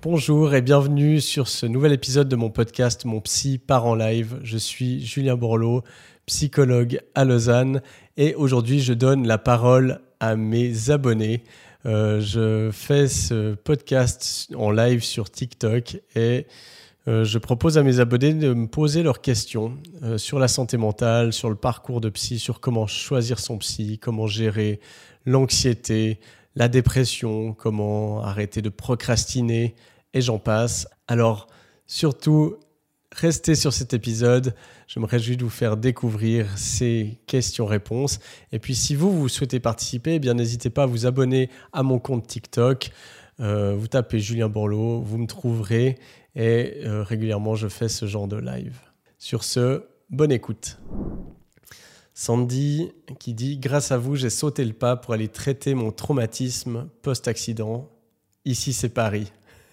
Bonjour et bienvenue sur ce nouvel épisode de mon podcast Mon Psy part en live. Je suis Julien Borloo, psychologue à Lausanne et aujourd'hui je donne la parole à mes abonnés. Je fais ce podcast en live sur TikTok et je propose à mes abonnés de me poser leurs questions sur la santé mentale, sur le parcours de psy, sur comment choisir son psy, comment gérer l'anxiété, la dépression, comment arrêter de procrastiner et j'en passe. Alors surtout, restez sur cet épisode. Je me réjouis de vous faire découvrir ces questions-réponses. Et puis si vous souhaitez participer, eh bien, n'hésitez pas à vous abonner à mon compte TikTok. Vous tapez Julien Borloo, vous me trouverez et régulièrement je fais ce genre de live. Sur ce, bonne écoute. Sandy qui dit « Grâce à vous, j'ai sauté le pas pour aller traiter mon traumatisme post-accident. Ici, c'est Paris. »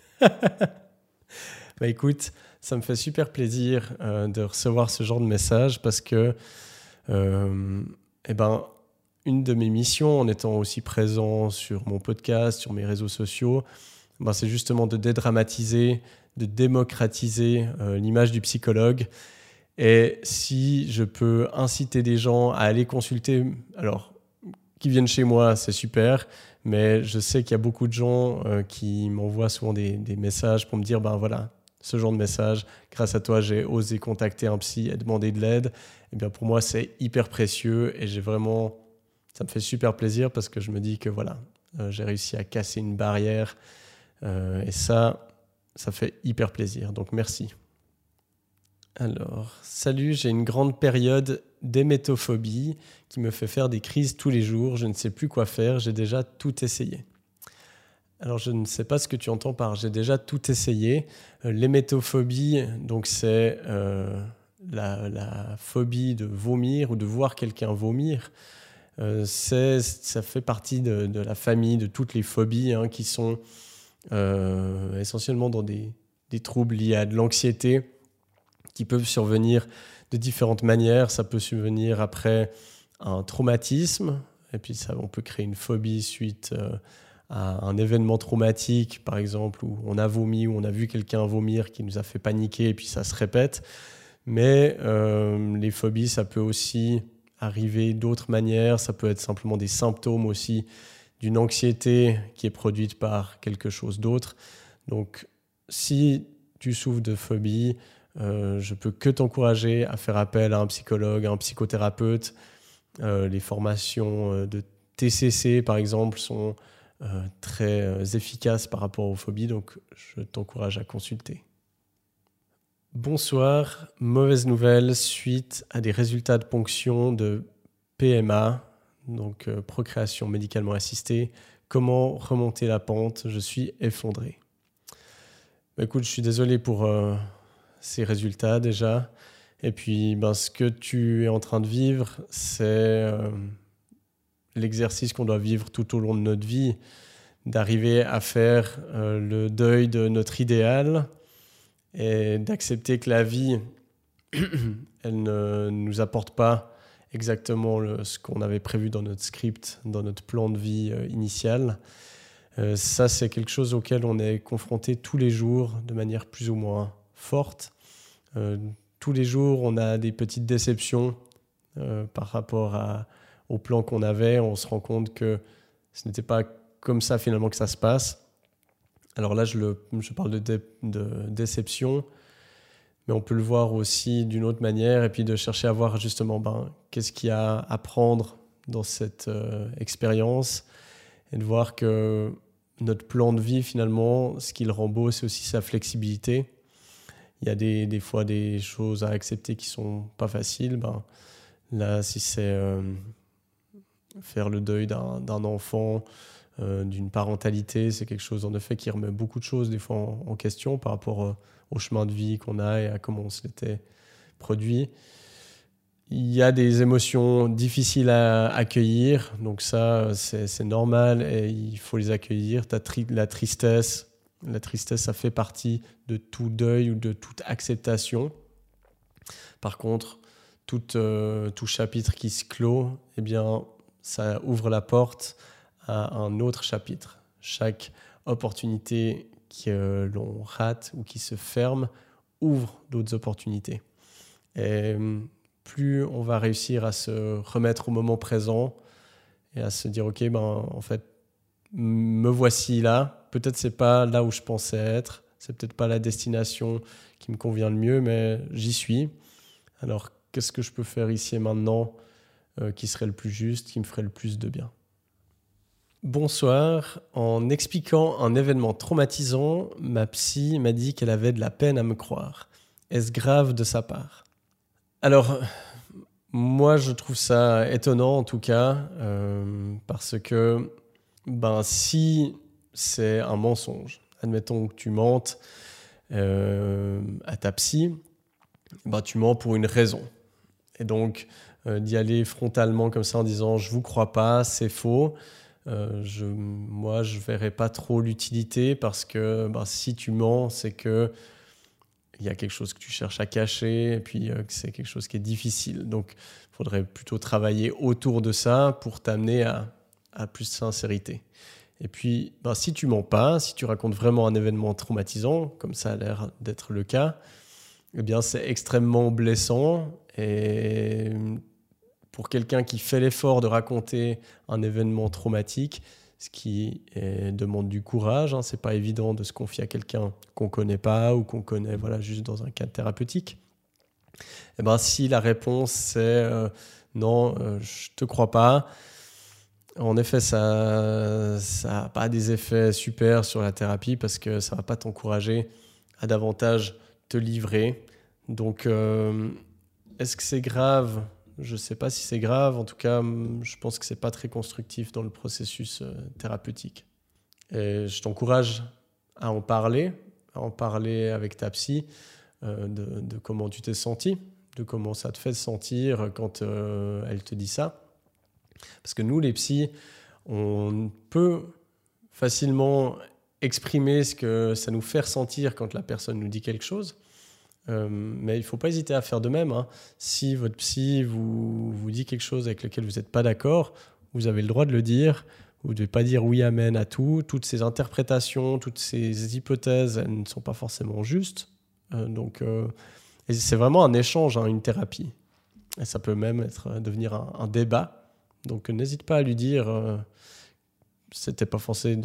Bah écoute, ça me fait super plaisir de recevoir ce genre de message parce que une de mes missions en étant aussi présent sur mon podcast, sur mes réseaux sociaux, c'est justement de dédramatiser, de démocratiser l'image du psychologue. Et si je peux inciter des gens à aller consulter, alors qui viennent chez moi, c'est super, mais je sais qu'il y a beaucoup de gens qui m'envoient souvent des messages pour me dire, voilà, ce genre de message, grâce à toi, j'ai osé contacter un psy et demander de l'aide. Et bien pour moi, c'est hyper précieux et ça me fait super plaisir parce que je me dis que j'ai réussi à casser une barrière et ça fait hyper plaisir. Donc merci. Alors, salut, j'ai une grande période d'hémétophobie qui me fait faire des crises tous les jours. Je ne sais plus quoi faire, j'ai déjà tout essayé. Alors, je ne sais pas ce que tu entends par « j'ai déjà tout essayé ». L'hémétophobie, donc c'est la phobie de vomir ou de voir quelqu'un vomir. Ça fait partie de la famille de toutes les phobies qui sont essentiellement dans des troubles liés à de l'anxiété, qui peuvent survenir de différentes manières. Ça peut survenir après un traumatisme, et puis on peut créer une phobie suite à un événement traumatique, par exemple, où on a vomi, où on a vu quelqu'un vomir qui nous a fait paniquer, et puis ça se répète. Mais les phobies, ça peut aussi arriver d'autres manières. Ça peut être simplement des symptômes aussi d'une anxiété qui est produite par quelque chose d'autre. Donc, si tu souffres de phobie, je peux que t'encourager à faire appel à un psychologue, à un psychothérapeute. Les formations de TCC, par exemple, sont très efficaces par rapport aux phobies, donc je t'encourage à consulter. Bonsoir, mauvaise nouvelle suite à des résultats de ponction de PMA, donc procréation médicalement assistée. Comment remonter la pente ? Je suis effondré. Écoute, je suis désolé pour ces résultats déjà. Et puis, ce que tu es en train de vivre, c'est l'exercice qu'on doit vivre tout au long de notre vie, d'arriver à faire le deuil de notre idéal et d'accepter que la vie, elle ne nous apporte pas exactement ce qu'on avait prévu dans notre script, dans notre plan de vie initial. Ça, c'est quelque chose auquel on est confronté tous les jours de manière plus ou moins forte. Tous les jours, on a des petites déceptions par rapport au plan qu'on avait. On se rend compte que ce n'était pas comme ça finalement que ça se passe. Alors là, je parle de déception, mais on peut le voir aussi d'une autre manière et puis de chercher à voir justement qu'est-ce qu'il y a à apprendre dans cette expérience et de voir que notre plan de vie finalement, ce qui le rend beau, c'est aussi sa flexibilité. Il y a des fois des choses à accepter qui ne sont pas faciles. Là, si c'est faire le deuil d'un enfant, d'une parentalité, c'est quelque chose en effet qui remet beaucoup de choses des fois en question par rapport au chemin de vie qu'on a et à comment on se l'était produit. Il y a des émotions difficiles à accueillir, donc ça, c'est normal et il faut les accueillir. La tristesse, ça fait partie de tout deuil ou de toute acceptation. Par contre, tout chapitre qui se clôt, ça ouvre la porte à un autre chapitre. Chaque opportunité que l'on rate ou qui se ferment ouvrent d'autres opportunités. Et plus on va réussir à se remettre au moment présent et à se dire, OK, en fait, me voici là. Peut-être c'est pas là où je pensais être. C'est peut-être pas la destination qui me convient le mieux, mais j'y suis. Alors, qu'est-ce que je peux faire ici et maintenant qui serait le plus juste, qui me ferait le plus de bien? Bonsoir. En expliquant un événement traumatisant, ma psy m'a dit qu'elle avait de la peine à me croire. Est-ce grave de sa part? Alors, moi, je trouve ça étonnant en tout cas, parce que si c'est un mensonge, admettons que tu mentes à ta psy, tu mens pour une raison. Et donc, d'y aller frontalement comme ça en disant « je vous crois pas, c'est faux », moi, je verrais pas trop l'utilité parce que si tu mens, c'est que il y a quelque chose que tu cherches à cacher et puis que c'est quelque chose qui est difficile. Donc, il faudrait plutôt travailler autour de ça pour t'amener à plus de sincérité. Et puis, si tu mens pas, si tu racontes vraiment un événement traumatisant, comme ça a l'air d'être le cas, eh bien, c'est extrêmement blessant. Et pour quelqu'un qui fait l'effort de raconter un événement traumatique, ce qui demande du courage, hein, c'est pas évident de se confier à quelqu'un qu'on connaît pas ou qu'on connaît juste dans un cadre thérapeutique. Et si la réponse c'est non, je te crois pas, en effet, ça n'a pas des effets super sur la thérapie parce que ça va pas t'encourager à davantage te livrer. Donc, est-ce que c'est grave? Je ne sais pas si c'est grave. En tout cas, je pense que ce n'est pas très constructif dans le processus thérapeutique. Et je t'encourage à en parler avec ta psy de comment tu t'es senti, de comment ça te fait sentir quand elle te dit ça. Parce que nous, les psys, on peut facilement exprimer ce que ça nous fait ressentir quand la personne nous dit quelque chose. Mais il ne faut pas hésiter à faire de même. Hein. Si votre psy vous dit quelque chose avec lequel vous n'êtes pas d'accord, vous avez le droit de le dire. Vous ne devez pas dire oui, amen à tout. Toutes ces interprétations, toutes ces hypothèses, elles ne sont pas forcément justes. Et c'est vraiment un échange, une thérapie. Et ça peut même devenir un débat. Donc n'hésite pas à lui dire c'était pas forcé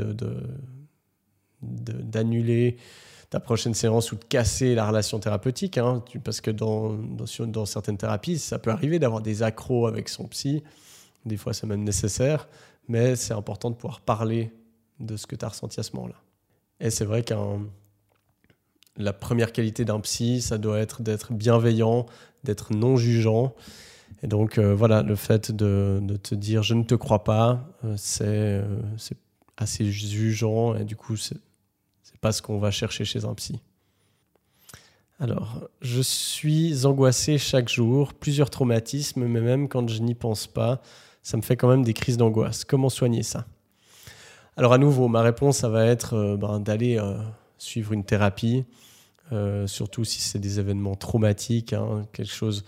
d'annuler ta prochaine séance ou de casser la relation thérapeutique, parce que dans certaines thérapies, ça peut arriver d'avoir des accros avec son psy. Des fois, c'est même nécessaire, mais c'est important de pouvoir parler de ce que tu as ressenti à ce moment-là. Et c'est vrai que la première qualité d'un psy, ça doit être d'être bienveillant, d'être non jugeant. Et donc, le fait de te dire « je ne te crois pas », c'est assez jugeant et du coup, c'est pas ce qu'on va chercher chez un psy. Alors, je suis angoissé chaque jour, plusieurs traumatismes, mais même quand je n'y pense pas, ça me fait quand même des crises d'angoisse. Comment soigner ça? Alors à nouveau, ma réponse, ça va être d'aller suivre une thérapie, surtout si c'est des événements traumatiques, quelque chose...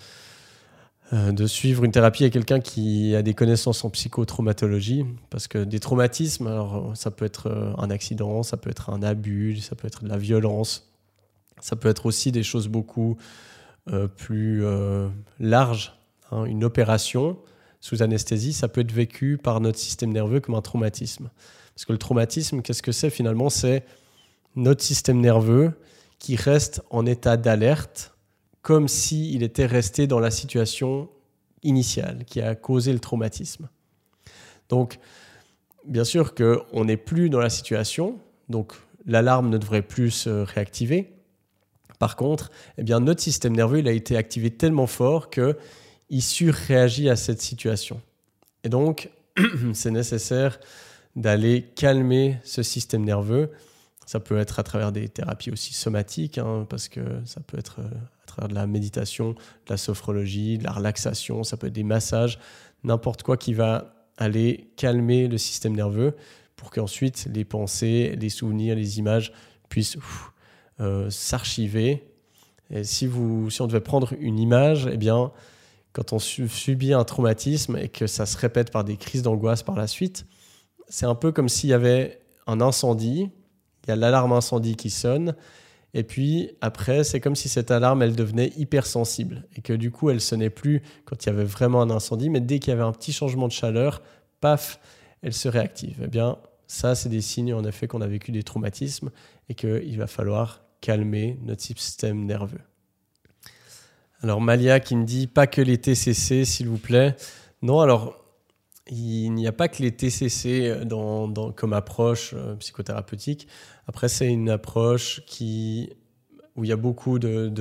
de suivre une thérapie avec quelqu'un qui a des connaissances en psychotraumatologie, parce que des traumatismes, alors ça peut être un accident, ça peut être un abus, ça peut être de la violence, ça peut être aussi des choses beaucoup plus larges. Une opération sous anesthésie, ça peut être vécu par notre système nerveux comme un traumatisme. Parce que le traumatisme, qu'est-ce que c'est finalement? C'est notre système nerveux qui reste en état d'alerte, comme s'il était resté dans la situation initiale qui a causé le traumatisme. Donc, bien sûr qu'on n'est plus dans la situation, donc l'alarme ne devrait plus se réactiver. Par contre, notre système nerveux il a été activé tellement fort qu'il surréagit à cette situation. Et donc, c'est nécessaire d'aller calmer ce système nerveux. Ça peut être à travers des thérapies aussi somatiques, parce que ça peut être à travers de la méditation, de la sophrologie, de la relaxation, ça peut être des massages, n'importe quoi qui va aller calmer le système nerveux pour qu'ensuite les pensées, les souvenirs, les images puissent s'archiver. Et si on devait prendre une image, quand on subit un traumatisme et que ça se répète par des crises d'angoisse par la suite, c'est un peu comme s'il y avait un incendie il y a l'alarme incendie qui sonne. Et puis après, c'est comme si cette alarme, elle devenait hypersensible. Et que du coup, elle sonnait plus quand il y avait vraiment un incendie, mais dès qu'il y avait un petit changement de chaleur, paf, elle se réactive. Eh bien, ça, c'est des signes en effet qu'on a vécu des traumatismes et qu'il va falloir calmer notre système nerveux. Alors Malia qui me dit pas que les TCC, s'il vous plaît. Non, alors il n'y a pas que les TCC comme approche psychothérapeutique. Après, c'est une approche où il y a beaucoup de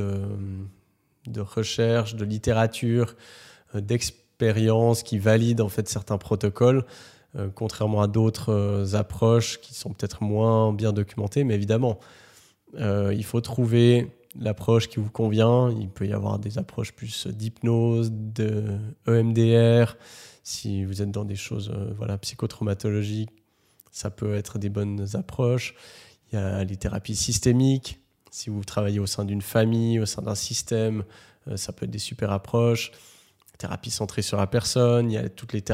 recherche, de littérature, d'expérience qui valide en fait certains protocoles, contrairement à d'autres approches qui sont peut-être moins bien documentées. Mais évidemment, il faut trouver l'approche qui vous convient. Il peut y avoir des approches plus d'hypnose, de EMDR. Si vous êtes dans des choses psychotraumatologiques, ça peut être des bonnes approches. Il y a les thérapies systémiques. Si vous travaillez au sein d'une famille, au sein d'un système, ça peut être des super approches. Thérapie centrée sur la personne. Il y a toutes les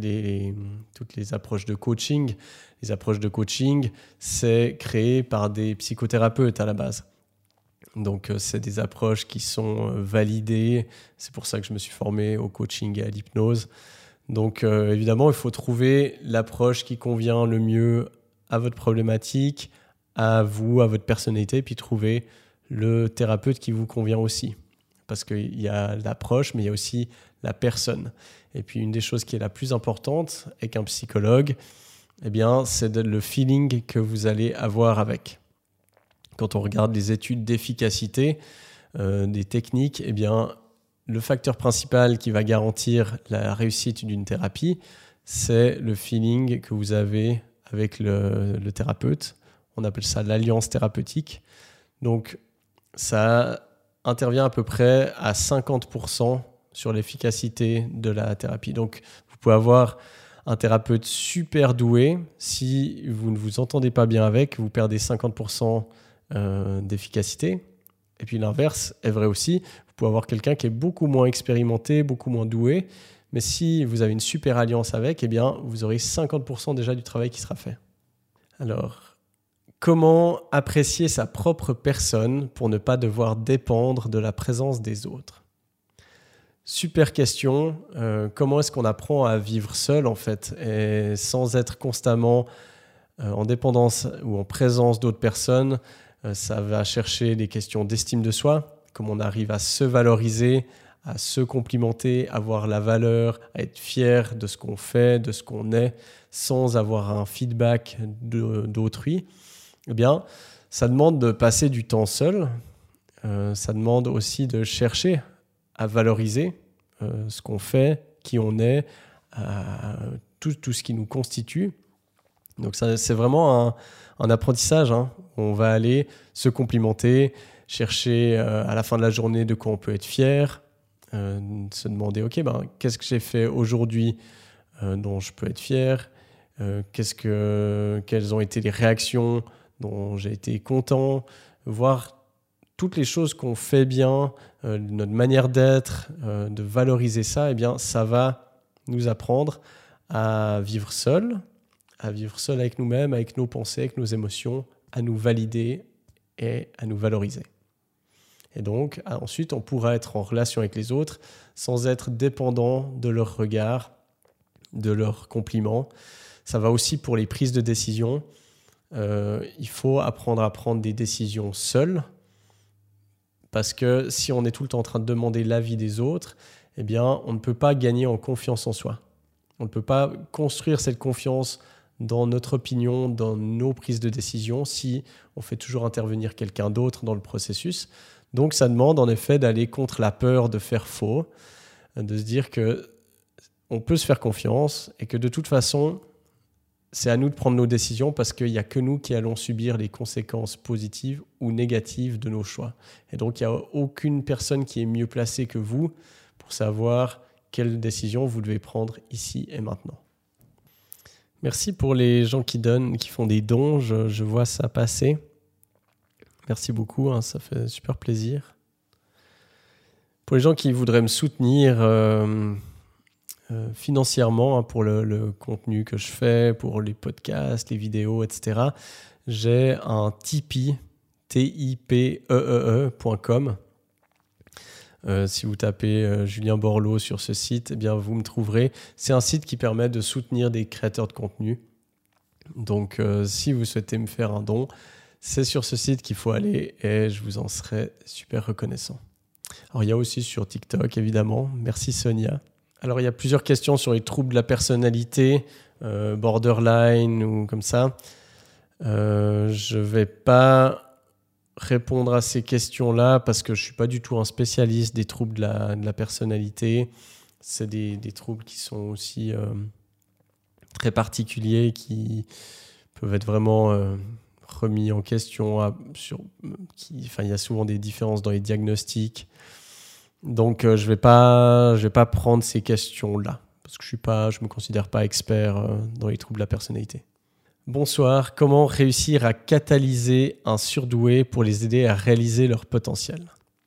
approches de coaching. Les approches de coaching, c'est créé par des psychothérapeutes à la base. Donc, c'est des approches qui sont validées. C'est pour ça que je me suis formé au coaching et à l'hypnose. Donc, évidemment, il faut trouver l'approche qui convient le mieux à votre problématique, à vous, à votre personnalité, puis trouver le thérapeute qui vous convient aussi. Parce qu'il y a l'approche, mais il y a aussi la personne. Et puis, une des choses qui est la plus importante avec un psychologue, eh bien, c'est le feeling que vous allez avoir avec. Quand on regarde les études d'efficacité des techniques, eh bien, le facteur principal qui va garantir la réussite d'une thérapie, c'est le feeling que vous avez avec le thérapeute. On appelle ça l'alliance thérapeutique. Donc, ça intervient à peu près à 50% sur l'efficacité de la thérapie. Donc, vous pouvez avoir un thérapeute super doué. Si vous ne vous entendez pas bien avec, vous perdez 50% d'efficacité. Et puis l'inverse est vrai aussi. Vous pouvez avoir quelqu'un qui est beaucoup moins expérimenté, beaucoup moins doué, mais si vous avez une super alliance avec, eh bien, vous aurez 50% déjà du travail qui sera fait. Alors, comment apprécier sa propre personne pour ne pas devoir dépendre de la présence des autres ? Super question. Comment est-ce qu'on apprend à vivre seul, en fait, et sans être constamment en dépendance ou en présence d'autres personnes? Ça va chercher des questions d'estime de soi, comment on arrive à se valoriser, à se complimenter, à avoir la valeur, à être fier de ce qu'on fait, de ce qu'on est, sans avoir un feedback d'autrui. Eh bien, ça demande de passer du temps seul. Ça demande aussi de chercher à valoriser ce qu'on fait, qui on est, tout ce qui nous constitue. Donc ça, c'est vraiment un apprentissage. On va aller se complimenter, chercher à la fin de la journée de quoi on peut être fier, se demander qu'est-ce que j'ai fait aujourd'hui dont je peux être fier, quelles ont été les réactions dont j'ai été content, voir toutes les choses qu'on fait bien, notre manière d'être, de valoriser ça. Eh bien, ça va nous apprendre à vivre seul avec nous-mêmes, avec nos pensées, avec nos émotions, à nous valider et à nous valoriser. Et donc, ensuite, on pourra être en relation avec les autres sans être dépendant de leur regard, de leurs compliments. Ça va aussi pour les prises de décision. Il faut apprendre à prendre des décisions seul, parce que si on est tout le temps en train de demander l'avis des autres, eh bien, on ne peut pas gagner en confiance en soi. On ne peut pas construire cette confiance dans notre opinion, dans nos prises de décision, si on fait toujours intervenir quelqu'un d'autre dans le processus. Donc, ça demande en effet d'aller contre la peur de faire faux, de se dire qu'on peut se faire confiance et que de toute façon, c'est à nous de prendre nos décisions parce qu'il n'y a que nous qui allons subir les conséquences positives ou négatives de nos choix. Et donc, il n'y a aucune personne qui est mieux placée que vous pour savoir quelle décision vous devez prendre ici et maintenant. Merci pour les gens qui donnent, qui font des dons, je vois ça passer. Merci beaucoup, ça fait super plaisir. Pour les gens qui voudraient me soutenir financièrement, pour le contenu que je fais, pour les podcasts, les vidéos, etc. J'ai un Tipeee, tipeee.com. Si vous tapez Julien Borloo sur ce site, eh bien, vous me trouverez. C'est un site qui permet de soutenir des créateurs de contenu. Donc, si vous souhaitez me faire un don, c'est sur ce site qu'il faut aller et je vous en serai super reconnaissant. Alors, il y a aussi sur TikTok, évidemment. Merci Sonia. Alors, il y a plusieurs questions sur les troubles de la personnalité, borderline ou comme ça. Je ne vais pas répondre à ces questions-là parce que je ne suis pas du tout un spécialiste des troubles de la personnalité. C'est des troubles qui sont aussi très particuliers, qui peuvent être vraiment remis en question. Il y a souvent des différences dans les diagnostics. Donc, je vais pas prendre ces questions-là parce que je me considère pas expert dans les troubles de la personnalité. Bonsoir, comment réussir à catalyser un surdoué pour les aider à réaliser leur potentiel ?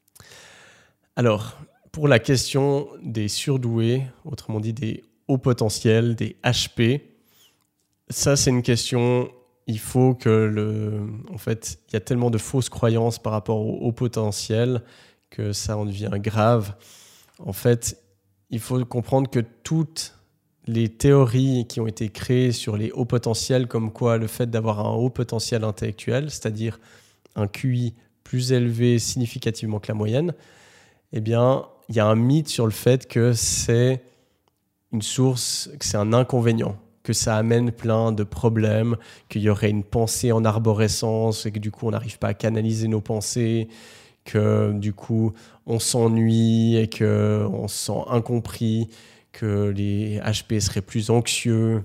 Alors, pour la question des surdoués, autrement dit des hauts potentiels, des HP, ça c'est une question, il faut que en fait, il y a tellement de fausses croyances par rapport au haut potentiel que ça en devient grave. En fait, il faut comprendre que toutes les théories qui ont été créées sur les hauts potentiels, comme quoi le fait d'avoir un haut potentiel intellectuel, c'est-à-dire un QI plus élevé significativement que la moyenne, eh bien, il y a un mythe sur le fait que c'est une source, que c'est un inconvénient, que ça amène plein de problèmes, qu'il y aurait une pensée en arborescence et que du coup, on n'arrive pas à canaliser nos pensées, que du coup, on s'ennuie et qu'on se sent incompris, que les HP seraient plus anxieux,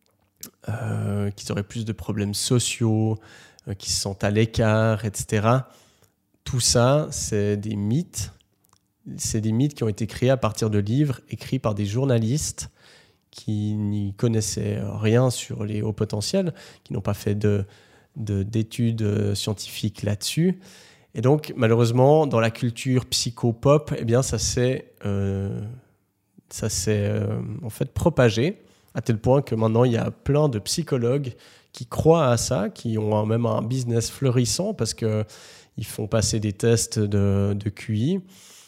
qu'ils auraient plus de problèmes sociaux, qu'ils se sentent à l'écart, etc. Tout ça, c'est des mythes. C'est des mythes qui ont été créés à partir de livres écrits par des journalistes qui n'y connaissaient rien sur les hauts potentiels, qui n'ont pas fait d'études scientifiques là-dessus. Et donc, malheureusement, dans la culture psychopop, eh bien, ça s'est en fait propagé à tel point que maintenant, il y a plein de psychologues qui croient à ça, qui ont même un business florissant parce qu'ils font passer des tests de QI.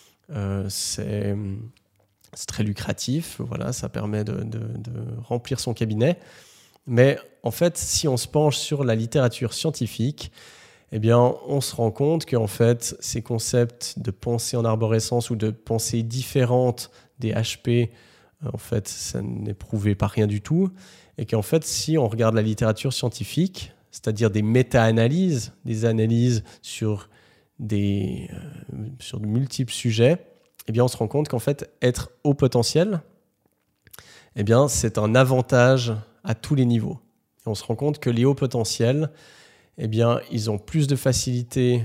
C'est très lucratif, voilà, ça permet de remplir son cabinet. Mais en fait, si on se penche sur la littérature scientifique, eh bien, on se rend compte qu'en fait, ces concepts de pensée en arborescence ou de pensée différente des HP, en fait, ça n'est prouvé par rien du tout. Et qu'en fait, si on regarde la littérature scientifique, c'est-à-dire des méta-analyses, des analyses sur de multiples sujets, eh bien, on se rend compte qu'en fait, être haut potentiel, eh bien, c'est un avantage à tous les niveaux. Et on se rend compte que les hauts potentiels, eh bien, ils ont plus de facilité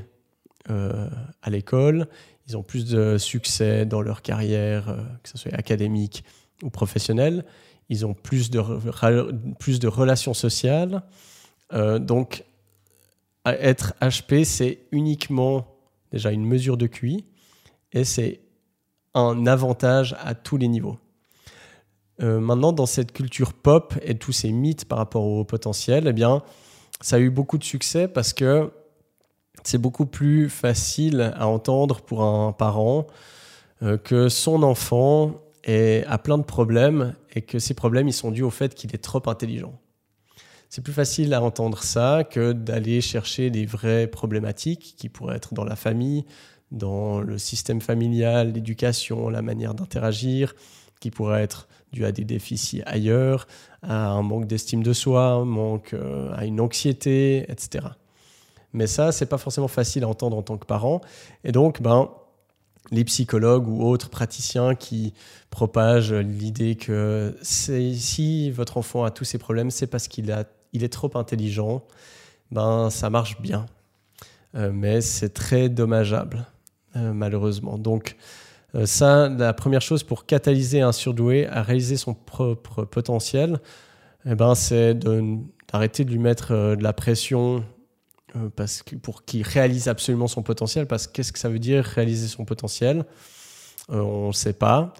à l'école, ils ont plus de succès dans leur carrière, que ce soit académique ou professionnelle, ils ont plus de relations sociales. Donc, être HP, c'est uniquement déjà une mesure de QI et c'est un avantage à tous les niveaux. Maintenant, dans cette culture pop et tous ces mythes par rapport au potentiel, eh bien, ça a eu beaucoup de succès parce que c'est beaucoup plus facile à entendre pour un parent que son enfant a plein de problèmes et que ces problèmes ils sont dus au fait qu'il est trop intelligent. C'est plus facile à entendre ça que d'aller chercher des vraies problématiques qui pourraient être dans la famille, dans le système familial, l'éducation, la manière d'interagir, qui pourraient être dues à des déficits ailleurs, à un manque d'estime de soi, à une anxiété, etc. Mais ça, c'est pas forcément facile à entendre en tant que parent. Et donc, les psychologues ou autres praticiens qui propagent l'idée que si votre enfant a tous ces problèmes, c'est parce qu'il est trop intelligent, ça marche bien. Mais c'est très dommageable, malheureusement. Donc, la première chose pour catalyser un surdoué à réaliser son propre potentiel, c'est d'arrêter de lui mettre de la pression pour qu'il réalise absolument son potentiel. Parce que qu'est-ce que ça veut dire réaliser son potentiel ? On ne sait pas.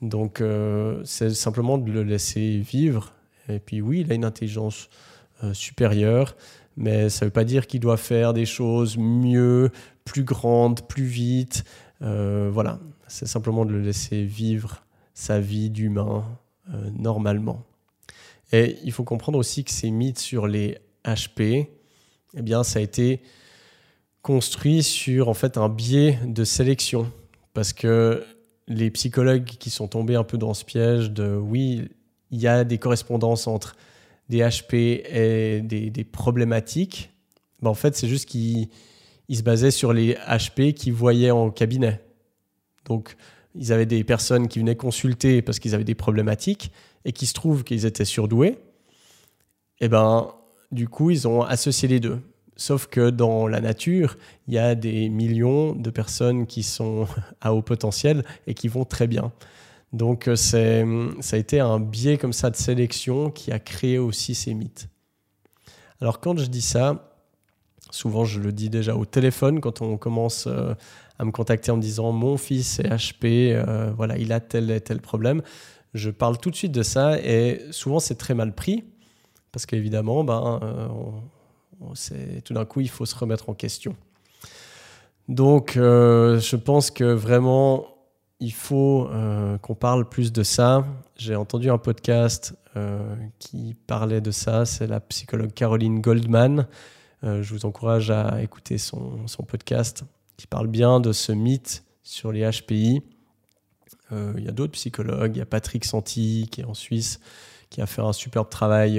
Donc, c'est simplement de le laisser vivre. Et puis oui, il a une intelligence supérieure, mais ça ne veut pas dire qu'il doit faire des choses mieux, plus grandes, plus vite. Voilà, c'est simplement de le laisser vivre sa vie d'humain normalement. Et il faut comprendre aussi que ces mythes sur les HP, eh bien, ça a été construit sur en fait un biais de sélection, parce que les psychologues qui sont tombés un peu dans ce piège de oui, il y a des correspondances entre des HP et des problématiques, ben en fait, c'est juste qu'ils se basaient sur les HP qu'ils voyaient en cabinet. Donc, ils avaient des personnes qui venaient consulter parce qu'ils avaient des problématiques et qui se trouve qu'ils étaient surdoués. Et ben, du coup, ils ont associé les deux. Sauf que dans la nature, il y a des millions de personnes qui sont à haut potentiel et qui vont très bien. Donc, ça a été un biais comme ça de sélection qui a créé aussi ces mythes. Alors, quand je dis ça, souvent je le dis déjà au téléphone quand on commence à me contacter en me disant « Mon fils est HP, voilà, il a tel et tel problème ». Je parle tout de suite de ça et souvent c'est très mal pris parce qu'évidemment, tout d'un coup, il faut se remettre en question. Donc, je pense que vraiment, il faut qu'on parle plus de ça. J'ai entendu un podcast qui parlait de ça. C'est la psychologue Caroline Goldman. Je vous encourage à écouter son podcast qui parle bien de ce mythe sur les HPI. Il y a d'autres psychologues. Il y a Patrick Santi qui est en Suisse, qui a fait un superbe travail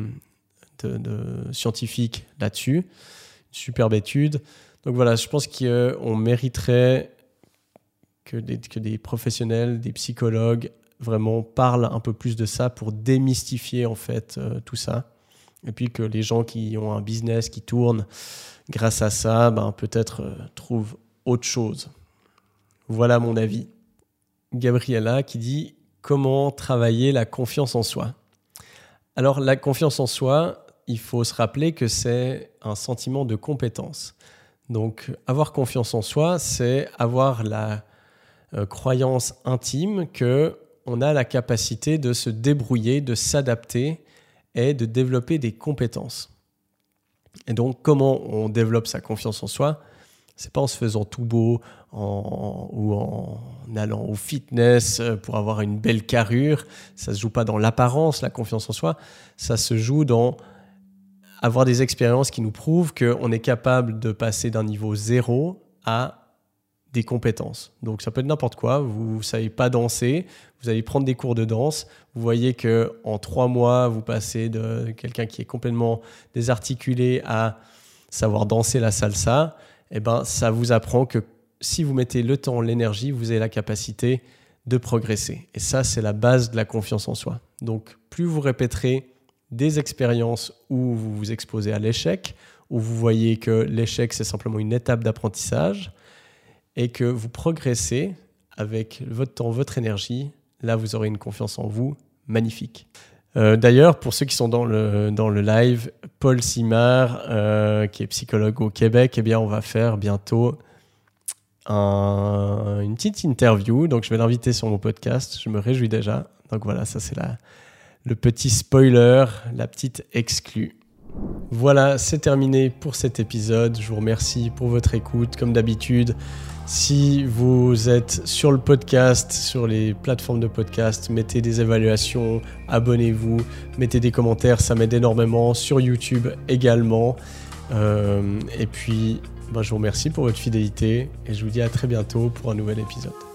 de scientifique là-dessus. Une superbe étude. Donc voilà, je pense qu'on mériterait que des professionnels, des psychologues vraiment parlent un peu plus de ça pour démystifier en fait tout ça. Et puis que les gens qui ont un business qui tourne grâce à ça, peut-être trouvent autre chose. Voilà mon avis. Gabriella qui dit « Comment travailler la confiance en soi ?» Alors la confiance en soi, il faut se rappeler que c'est un sentiment de compétence. Donc avoir confiance en soi, c'est avoir la croyance intime qu'on a la capacité de se débrouiller, de s'adapter et de développer des compétences. Et donc, comment on développe sa confiance en soi ? C'est pas en se faisant tout beau ou en allant au fitness pour avoir une belle carrure. Ça se joue pas dans l'apparence, la confiance en soi. Ça se joue dans avoir des expériences qui nous prouvent qu'on est capable de passer d'un niveau 0 à des compétences. Donc, ça peut être n'importe quoi. Vous ne savez pas danser, vous allez prendre des cours de danse. Vous voyez qu'en 3 mois, vous passez de quelqu'un qui est complètement désarticulé à savoir danser la salsa. Eh ben, ça vous apprend que si vous mettez le temps, l'énergie, vous avez la capacité de progresser. Et ça, c'est la base de la confiance en soi. Donc, plus vous répéterez des expériences où vous vous exposez à l'échec, où vous voyez que l'échec, c'est simplement une étape d'apprentissage, et que vous progressez avec votre temps, votre énergie, là, vous aurez une confiance en vous magnifique. D'ailleurs, pour ceux qui sont dans le live, Paul Simard, qui est psychologue au Québec, eh bien, on va faire bientôt une petite interview. Donc, je vais l'inviter sur mon podcast. Je me réjouis déjà. Donc voilà, ça c'est le petit spoiler, la petite exclue. Voilà, c'est terminé pour cet épisode. Je vous remercie pour votre écoute. Comme d'habitude, si vous êtes sur le podcast, sur les plateformes de podcast, mettez des évaluations, abonnez-vous, mettez des commentaires, ça m'aide énormément. Sur YouTube également. Et puis, je vous remercie pour votre fidélité et je vous dis à très bientôt pour un nouvel épisode.